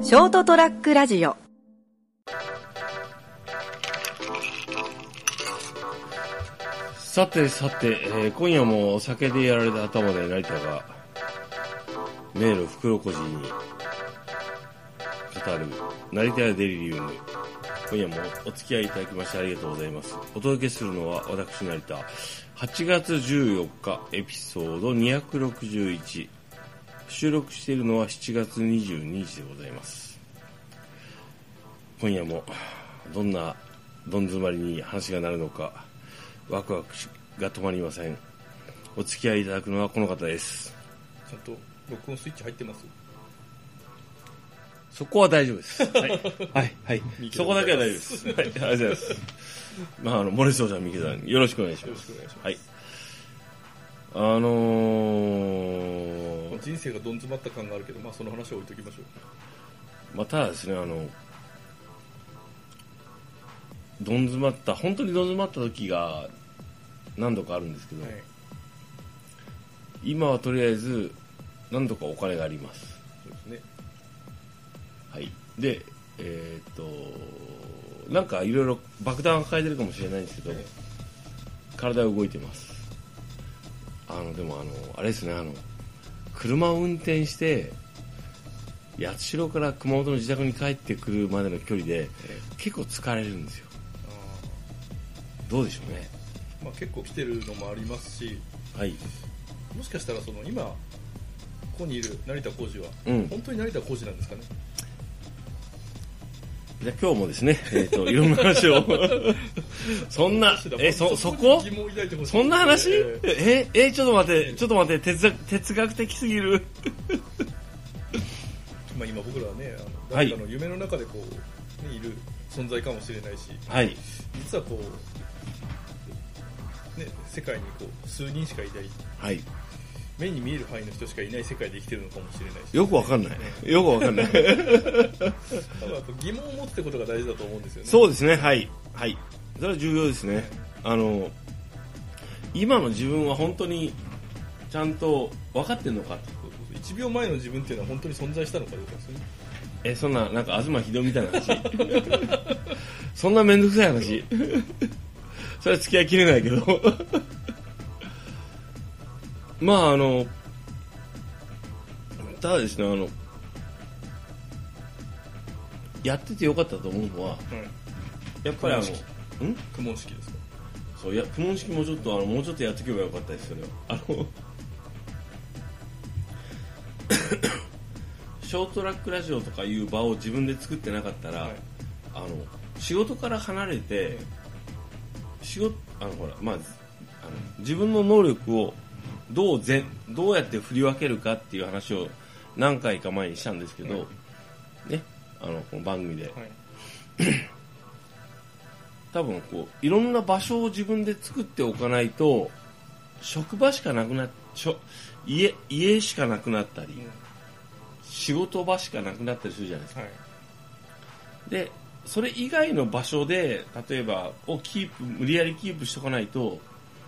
ショートトラックラジオ。 さて、今夜もお酒でやられた頭で成田が迷路袋小路に語る成田屋デリリウム。今夜もお付き合いいただきましてありがとうございます。お届けするのは私成田。8月14日エピソード261。収録しているのは7月22日でございます。今夜もどんなどん詰まりに話がなるのかワクワクが止まりません。お付き合いいただくのはこの方です。 ちゃんと録音スイッチ入ってます？ そこは大丈夫です。はいはい。そこだけは大丈夫です。はい、ありがとうございます。漏れそうじゃん三木さん、よろしくお願いします。はい。 人生がどん詰まった感があるけど、その話は置いときましょう。ただですね、どん詰まった、本当にどん詰まった時が何度かあるんですけど、はい、今はとりあえず何度かお金があります。 そうですね。 はい。で、なんかいろいろ爆弾を抱えてるかもしれないんですけど、体は動いてます。でもあれですね、車を運転して八代から熊本の自宅に帰ってくるまでの距離で結構疲れるんですよ。どうでしょうね。 結構来てるのもありますし、 はい、 もしかしたら今ここにいる成田浩二は、本当に成田浩二なんですかね。 じゃあ今日もですね、いろんな話をそんなそこそんな話、ちょっと待って哲学的すぎる今僕らはね誰かの夢の中でいる存在かもしれないし、はい、実は世界に数人しかいない、はい、目に見える範囲の人しかいない世界で生きてるのかもしれないし、 よくわかんない、よくわかんない多分疑問を持つってことが大事だと思うんですよね。 そうですね、はいはい、それは重要ですね。今の自分は本当にちゃんと分かってるのかって。 1秒前の自分っていうのは本当に存在したのかどうかですね。 そんななんか東秀夫みたいな話そんなめんどくさい話それは付き合いきれないけどただですね、やっててよかったと思うのは、やっぱり苦問式ですか。 そう、苦問式もちょっともうちょっとやっておけばよかったです。それはショートトラックラジオとかいう場を自分で作ってなかったら、仕事から離れて自分の能力をどうやって振り分けるかっていう話を何回か前にしたんですけど、ね、この番組で、多分いろんな場所を自分で作っておかないと職場しかなくなっ家しかなくなったり、仕事場しかなくなったりするじゃないですか、でそれ以外の場所で例えば無理やりキープしとかないと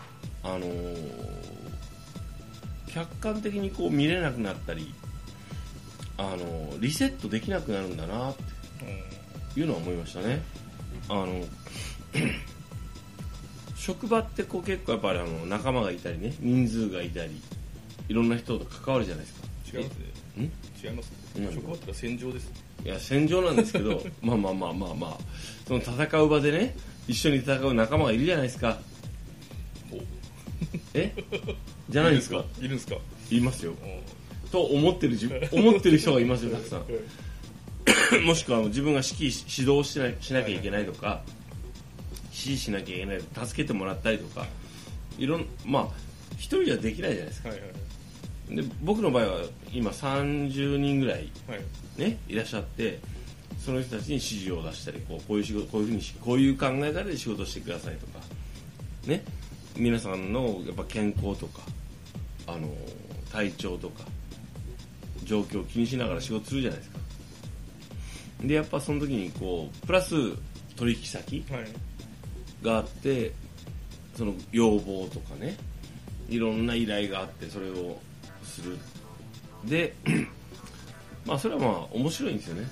客観的に見れなくなったりリセットできなくなるんだなっていうのは思いましたね。職場って結構やっぱり仲間がいたりね、人数がいたりいろんな人と関わるじゃないですか。 違いますね。違いますね。職場って戦場です。 いや戦場なんですけどその戦う場でね、一緒に戦う仲間がいるじゃないですか。じゃないですか。 いるんですか。 いますよ。と思ってる人がいますよ、たくさんもしくは自分が指導しなきゃいけないとか、指示しなきゃいけないとか、助けてもらったりとか、一人じゃできないじゃないですか、で僕の場合は今30人ぐらい、いらっしゃって、その人たちに指示を出したり、こういう考え方で仕事してくださいとかね、皆さんのやっぱ健康とか体調とか状況を気にしながら仕事するじゃないですか。でやっぱその時にプラス取引先があって、その要望とかね、いろんな依頼があってそれをする。でまあそれはまあ面白いんですよね、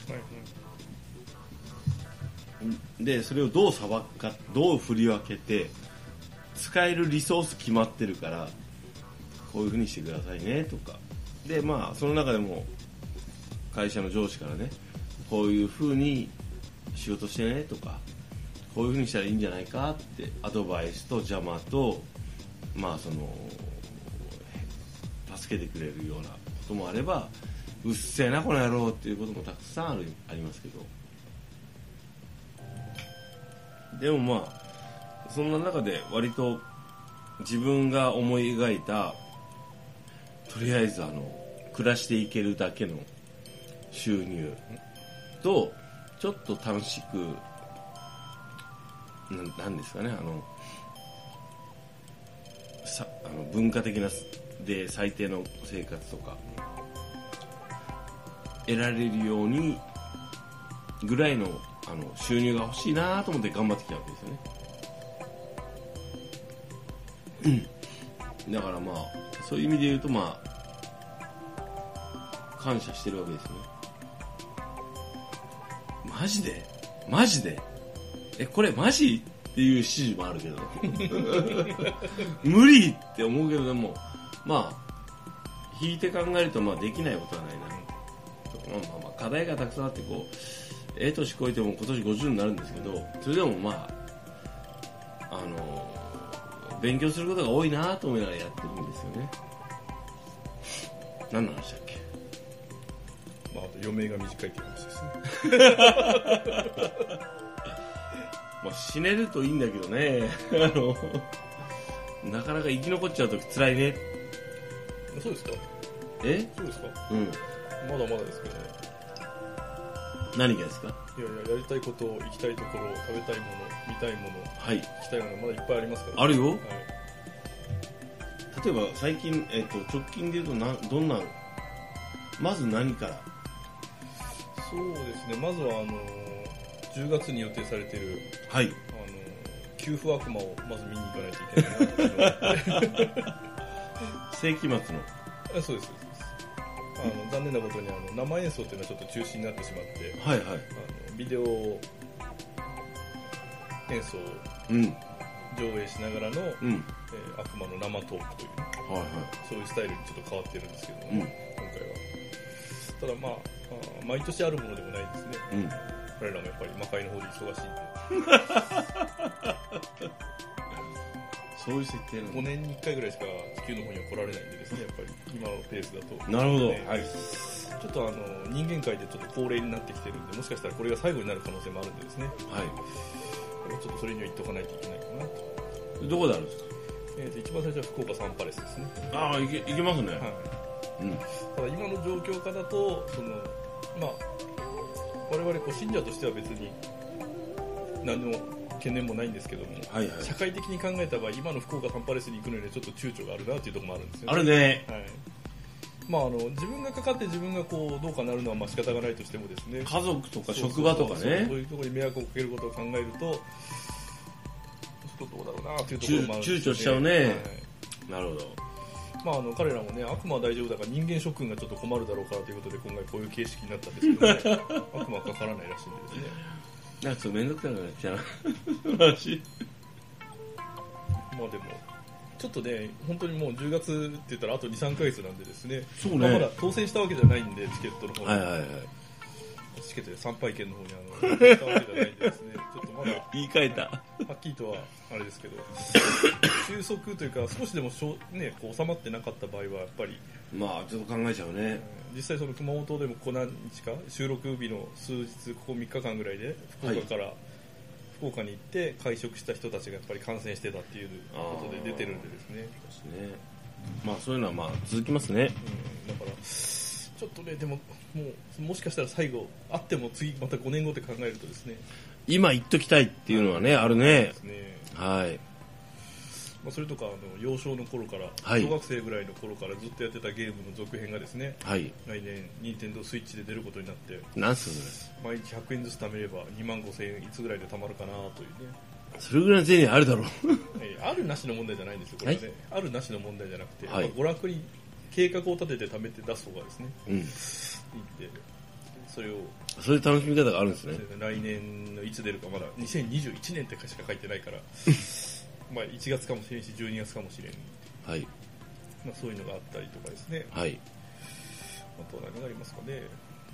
はいはい、 でそれをどうさばくか、どう振り分けて、使えるリソース決まってるからこういう風にしてくださいねとかで、まあその中でも会社の上司からね、こういう風に仕事してねとか、こういう風にしたらいいんじゃないかってアドバイスと邪魔と、まあその助けてくれるようなこともあれば、うっせえなこの野郎っていうこともたくさんありますけど、でもまあそんな中で割と自分が思い描いた、とりあえず暮らしていけるだけの収入と、ちょっと楽しくなんですかね、文化的なで最低の生活とか得られるようにぐらいの収入が欲しいなと思って頑張ってきたわけですよね、だからまあそういう意味で言うと、まあ感謝してるわけですね。マジでこれマジっていう指示もあるけど無理って思うけど、でもまあ引いて考えると、まあできないことはないな、まあ課題がたくさんあって、こう年越えても今年50になるんですけど、それでもまあ勉強することが多いなと思いながらやってるんですよね。何の話だっけ。 まあ、あと余命が短いという話ですねまあ死ねるといいんだけどねなかなか生き残っちゃうと辛いね。 そうですか。そうですか。まだまだですけどね。 何がですか。 いややりたいこと、行きたいところ、食べたいもの、見たいもの、 はい、 聞きたいもの、まだいっぱいありますから、ね、 あるよ、はい、例えば最近、直近で言うとどんな、まず何から。 そうですね、まずは10月に予定されている、 はい、 給付悪魔をまず見に行かないといけないな世紀末の。 そうです。残念なことに生演奏っていうのはちょっと中止になってしまって、 はいはい、 ビデオ演奏を上映しながらの、悪魔の生トークという、はいはい、そういうスタイルにちょっと変わってるんですけども、今回はただまあ毎年あるものでもないですね、彼らもやっぱり魔界の方で忙しいんでそういう設定なの。 5年に1回ぐらいしか地球の方には来られないんでですね、やっぱり今のペースだと。 なるほど、はい、 ちょっと人間界でちょっと高齢になってきてるんで、もしかしたらこれが最後になる可能性もあるんでですね、はい、ちょっとそれには言っとかないといけないかなと。 どこであるんですか。 一番最初は福岡サンパレスですね。 ああ、行けますね、はい、 ただ今の状況下だとまあ我々こう信者としては別に何の懸念もないんですけども、はいはい、社会的に考えた場合、今の福岡サンパレスに行くのにはちょっと躊躇があるなというところもあるんですよね。 あるね、 はい。まあ自分がかかって自分がこうどうかなるのはまあ仕方がないとしてもですね、 家族とか職場とかね、そういうところに迷惑をかけることを考えると、ちょっとどうだろうなというところもあるんですよね。 躊躇しちゃうね、はい、なるほど。 まあ彼らもね、悪魔は大丈夫だから人間諸君がちょっと困るだろうからということで今回こういう形式になったんですけどね悪魔はかからないらしいんでですね、 なんかちょっと面倒くさくなっちゃう話まあでもちょっとね、本当にもう10月って言ったらあと 2,3 ヶ月なんでですね、 そうね、 まあ、まだ当選したわけじゃないんで、チケットの方に、 はいはいはい、 チケットで参拝券の方にしたわけじゃないんでですね、ちょっとまだ言い換えたはっきりとはあれですけど収束というか少しでもね、こう収まってなかった場合はやっぱりまあちょっと考えちゃうね、 実際その熊本でも何日か収録日の数日ここ3日間ぐらいで福岡から、はい、福岡に行って会食した人たちがやっぱり感染してたっていうことで出てるんでですね。 ですね。まあそういうのはまあ続きますね。 だからちょっとね、でももしかしたら最後あっても次また5年後って考えるとですね、 今言っときたいっていうのはね、あるね。 ですね。 はい。 まあ、それとか幼少の頃から、はい、小学生ぐらいの頃からずっとやってたゲームの続編がですね、はい、来年任天堂スイッチで出ることになって、 なんす毎日100円ずつ貯めれば25,000円いつぐらいで貯まるかなというね。 それぐらいの銭あるだろうあるなしの問題じゃないんですよこれね、はい、あるなしの問題じゃなくて、はい、娯楽に計画を立てて貯めて出す方がですね、いいんで、それをそういう楽しみ方があるんですね。 来年のいつ出るかまだ2021年ってしか書いてないからまあ1月かもしれんし12月かもしれん、 はい、 まあ、そういうのがあったりとかですね、 はい、 あとは何がありますかね、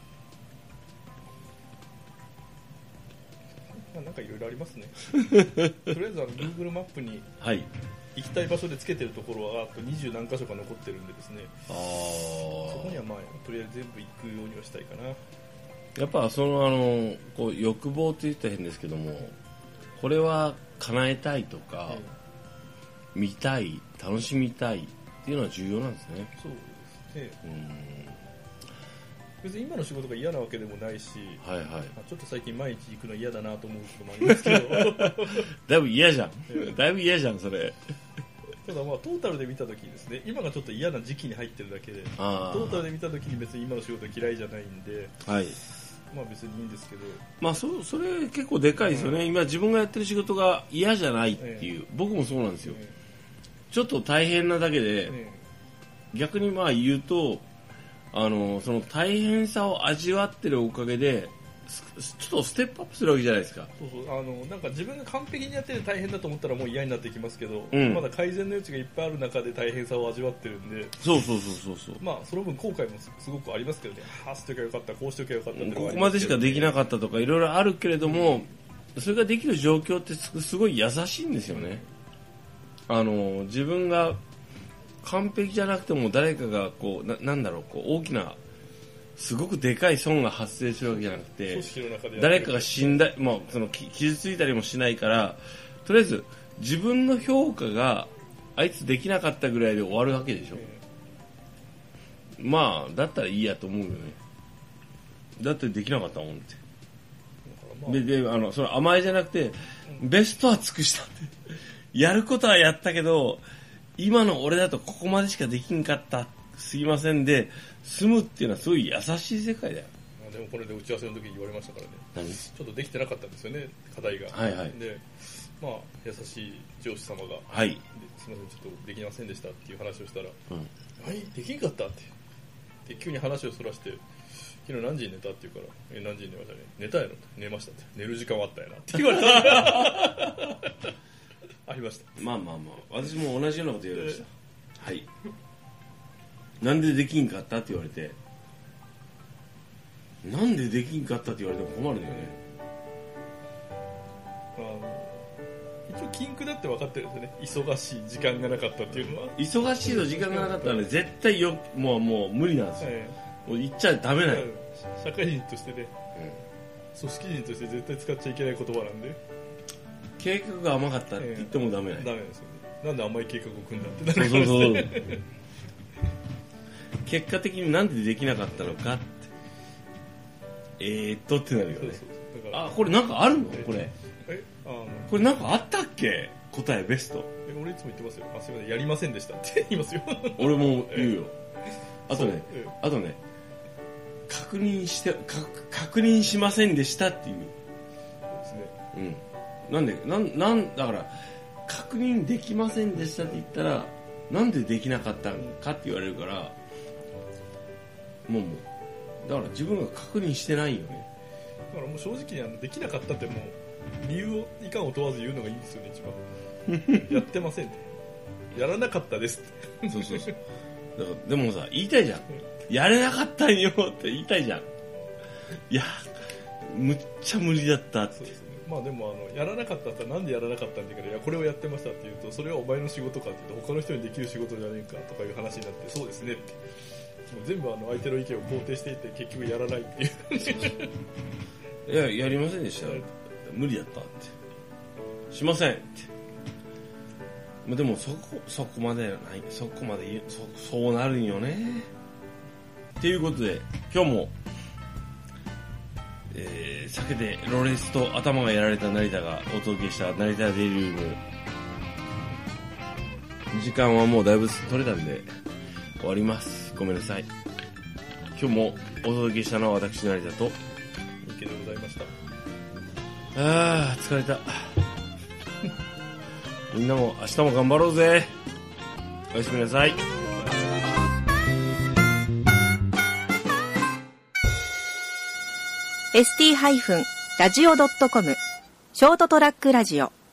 まあ、なんかいろいろありますねとりあえずGoogle マップに行きたい場所でつけてるところはあと20何箇所か残ってるんでですね、そこにはまあとりあえず全部行くようにはしたいかな。 やっぱそのこう欲望って言ったら変ですけども、これは叶えたいとか、見たい、楽しみたいっていうのは重要なんですね。 そうですね。別に今の仕事が嫌なわけでもないし、 はいはい、 ちょっと最近毎日行くの嫌だなと思うこともありますけどだいぶ嫌じゃん、だいぶ嫌じゃんそれ。 ただまあトータルで見たときにですね、今がちょっと嫌な時期に入ってるだけで、トータルで見たときに別に今の仕事嫌いじゃないんで、 はい、 まあ別にいいんですけど、 まあそれ結構でかいですよね、今自分がやってる仕事が嫌じゃないっていう、僕もそうなんですよ、ちょっと大変なだけで、逆にまあ言うとその大変さを味わってるおかげでちょっとステップアップするわけじゃないですか。 そうなんか自分が完璧にやってて大変だと思ったらもう嫌になってきますけど、まだ改善の余地がいっぱいある中で大変さを味わってるんで、 そうまあその分後悔もすごくありますけどね、ああしときゃよかった、こうしときゃよかったって、 ここまでしかできなかったとかいろいろあるけれども、それができる状況ってすごい優しいんですよね。自分が完璧じゃなくても誰かがこうなんだろう、こう大きなすごくでかい損が発生するわけじゃなくて、誰かが死んだ、まあ、その傷ついたりもしないから、とりあえず自分の評価があいつできなかったぐらいで終わるわけでしょ、まあだったらいいやと思うよね。だってできなかったもんって、でそれ甘えじゃなくて、ベストは尽くしたってやることはやったけど今の俺だとここまでしかできんかったすぎませんで済むっていうのはすごい優しい世界だよ。 でもこれで打ち合わせの時に言われましたからね、ちょっとできてなかったんですよね、課題が。 はいはい、 でまあ優しい上司様が、 はい、 すみませんちょっとできませんでしたっていう話をしたら、はいできんかったってで急に話をそらして、昨日何時に寝たって言うから、何時に寝ましたね、寝たやろって、寝ましたって、寝る時間はあったやなって言われたありました。 まあ私も同じようなこと言われました、はい、なんでできんかったって言われて、なんでできんかったって言われても困るんだよね。 一応禁句だって分かってるんですよね、忙しい時間がなかったっていうのは。 忙しいの時間がなかったらね、絶対もう無理なんですよ、もう言っちゃダメない、 社会人としてね、組織人として絶対使っちゃいけない言葉なんで、 計画が甘かったって言ってもダメない、 ダメですよね。なんで甘い計画を組んだってなるんですね。そう結果的になんでできなかったのかってってなるよね。だからこれなんかあるのこれこれなんかあったっけ答えベスト。 俺いつも言ってますよ、すいませんやりませんでしたって言いますよ俺も言うよ、あとね確認しませんでしたっていう。そうですね。なんだから確認できませんでしたって言ったら、なんでできなかったのかって言われるから、もうだから自分が確認してないよね。 だからもう正直にできなかったってもう理由をいかんを問わず言うのがいいんですよね、一番やってませんってやらなかったですってそうだからでもさ、言いたいじゃん、やれなかったんよって言いたいじゃん。いやむっちゃ無理だったって。そうですね。 まあでもやらなかったってなんでやらなかったんだから、いやこれをやってましたって言うと、それはお前の仕事かって言うと他の人にできる仕事じゃねえかとかいう話になって、そうですねって全部相手の意見を肯定していって結局やらないっていういややりませんでした、無理だったってしませんって。でもそこまでない、そうなるんよねっていうことで、今日も酒でロレスと頭がやられた成田がお届けした成田デリウム、時間はもうだいぶ取れたんで終わります。ごめんなさい。今日もお届けしたのは私成田と池でございました。 疲れたみんなも明日も頑張ろうぜ。おやすみなさい。 st-radio.com ショートトラックラジオ